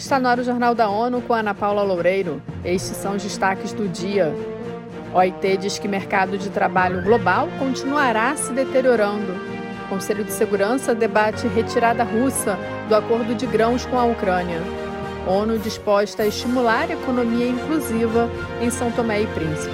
Está no ar o Jornal da ONU com Ana Paula Loureiro. Estes são os destaques do dia. OIT diz que mercado de trabalho global continuará se deteriorando. Conselho de Segurança debate retirada russa do acordo de grãos com a Ucrânia. ONU disposta a estimular a economia inclusiva em São Tomé e Príncipe.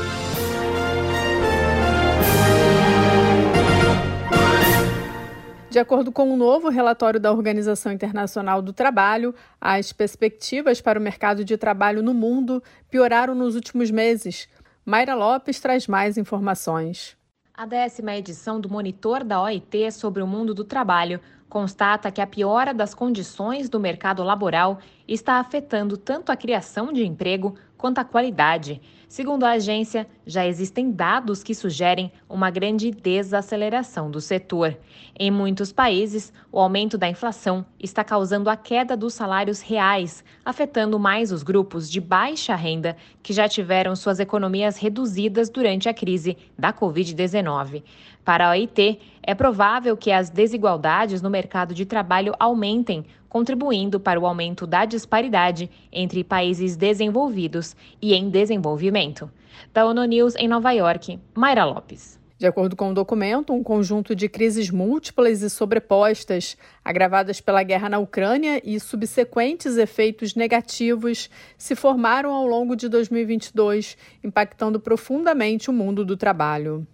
De acordo com um novo relatório da Organização Internacional do Trabalho, as perspectivas para o mercado de trabalho no mundo pioraram nos últimos meses. Mayra Lopes traz mais informações. A 10ª edição do Monitor da OIT sobre o mundo do trabalho constata que a piora das condições do mercado laboral está afetando tanto a criação de emprego quanto a qualidade. Segundo a agência, já existem dados que sugerem uma grande desaceleração do setor. Em muitos países, o aumento da inflação está causando a queda dos salários reais, afetando mais os grupos de baixa renda que já tiveram suas economias reduzidas durante a crise da Covid-19. Para a OIT, é provável que as desigualdades no mercado de trabalho aumentem, contribuindo para o aumento da disparidade entre países desenvolvidos e em desenvolvimento. Da ONU News em Nova York, Mayra Lopes. De acordo com o documento, um conjunto de crises múltiplas e sobrepostas, agravadas pela guerra na Ucrânia e subsequentes efeitos negativos, se formaram ao longo de 2022, impactando profundamente o mundo do trabalho.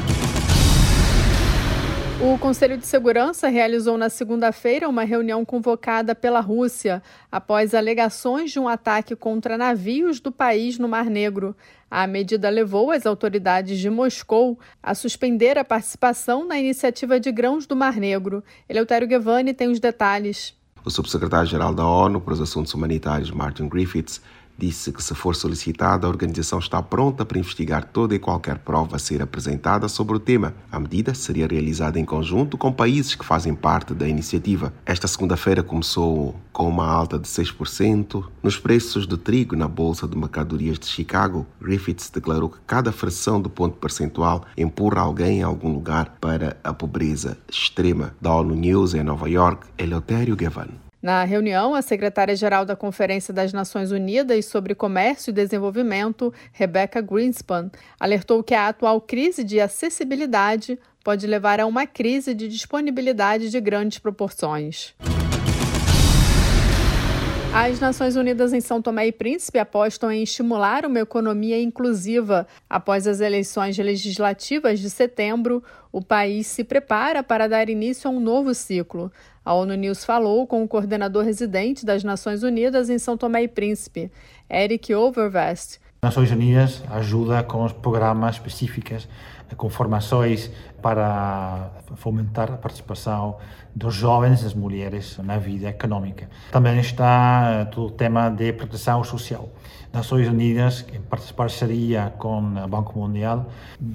O Conselho de Segurança realizou na segunda-feira uma reunião convocada pela Rússia após alegações de um ataque contra navios do país no Mar Negro. A medida levou as autoridades de Moscou a suspender a participação na iniciativa de grãos do Mar Negro. Eleutério Gevani tem os detalhes. O subsecretário-geral da ONU para os Assuntos Humanitários, Martin Griffiths, disse que, se for solicitada, a organização está pronta para investigar toda e qualquer prova a ser apresentada sobre o tema. A medida seria realizada em conjunto com países que fazem parte da iniciativa. Esta segunda-feira começou com uma alta de 6% nos preços do trigo na Bolsa de Mercadorias de Chicago. Griffiths declarou que cada fração do ponto percentual empurra alguém em algum lugar para a pobreza extrema. Da ONU News em Nova York, Eleutério Gevani. Na reunião, a secretária-geral da Conferência das Nações Unidas sobre Comércio e Desenvolvimento, Rebecca Greenspan, alertou que a atual crise de acessibilidade pode levar a uma crise de disponibilidade de grandes proporções. As Nações Unidas em São Tomé e Príncipe apostam em estimular uma economia inclusiva. Após as eleições legislativas de setembro, o país se prepara para dar início a um novo ciclo. A ONU News falou com o coordenador residente das Nações Unidas em São Tomé e Príncipe, Eric Overvest. As Nações Unidas ajuda com os programas específicos, com formações para fomentar a participação dos jovens e das mulheres na vida econômica. Também está todo o tema de proteção social. As Nações Unidas, em parceria com o Banco Mundial,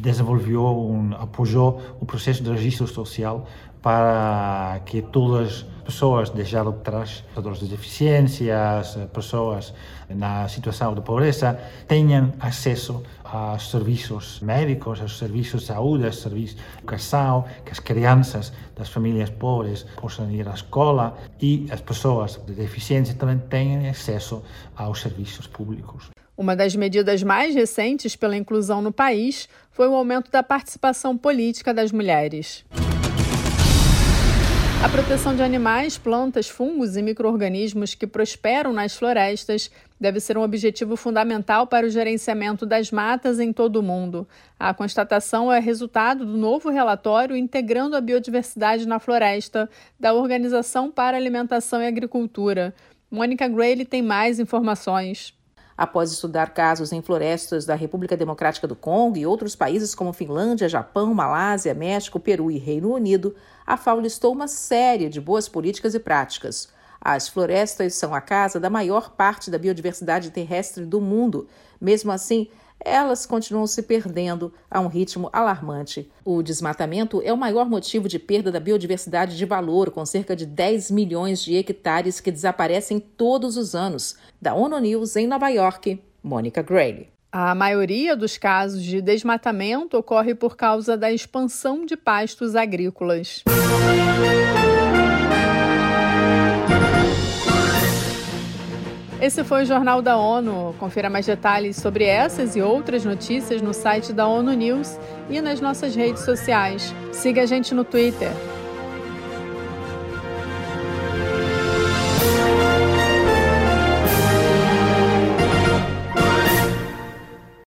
apoiou o processo de registro social para que todas as pessoas deixadas de trás, pessoas de deficiências, pessoas na situação de pobreza, tenham acesso aos serviços médicos, aos serviços de saúde, aos serviços de educação, que as crianças das famílias pobres possam ir à escola e as pessoas de deficiência também tenham acesso aos serviços públicos. Uma das medidas mais recentes pela inclusão no país foi o aumento da participação política das mulheres. A proteção de animais, plantas, fungos e micro-organismos que prosperam nas florestas deve ser um objetivo fundamental para o gerenciamento das matas em todo o mundo. A constatação é resultado do novo relatório Integrando a Biodiversidade na Floresta, da Organização para Alimentação e Agricultura. Mônica Grayle tem mais informações. Após estudar casos em florestas da República Democrática do Congo e outros países como Finlândia, Japão, Malásia, México, Peru e Reino Unido, a FAO listou uma série de boas políticas e práticas. As florestas são a casa da maior parte da biodiversidade terrestre do mundo. Mesmo assim, elas continuam se perdendo a um ritmo alarmante. O desmatamento é o maior motivo de perda da biodiversidade de valor, com cerca de 10 milhões de hectares que desaparecem todos os anos. Da ONU News em Nova York, Mônica Grayle. A maioria dos casos de desmatamento ocorre por causa da expansão de pastos agrícolas. Esse foi o Jornal da ONU. Confira mais detalhes sobre essas e outras notícias no site da ONU News e nas nossas redes sociais. Siga a gente no Twitter.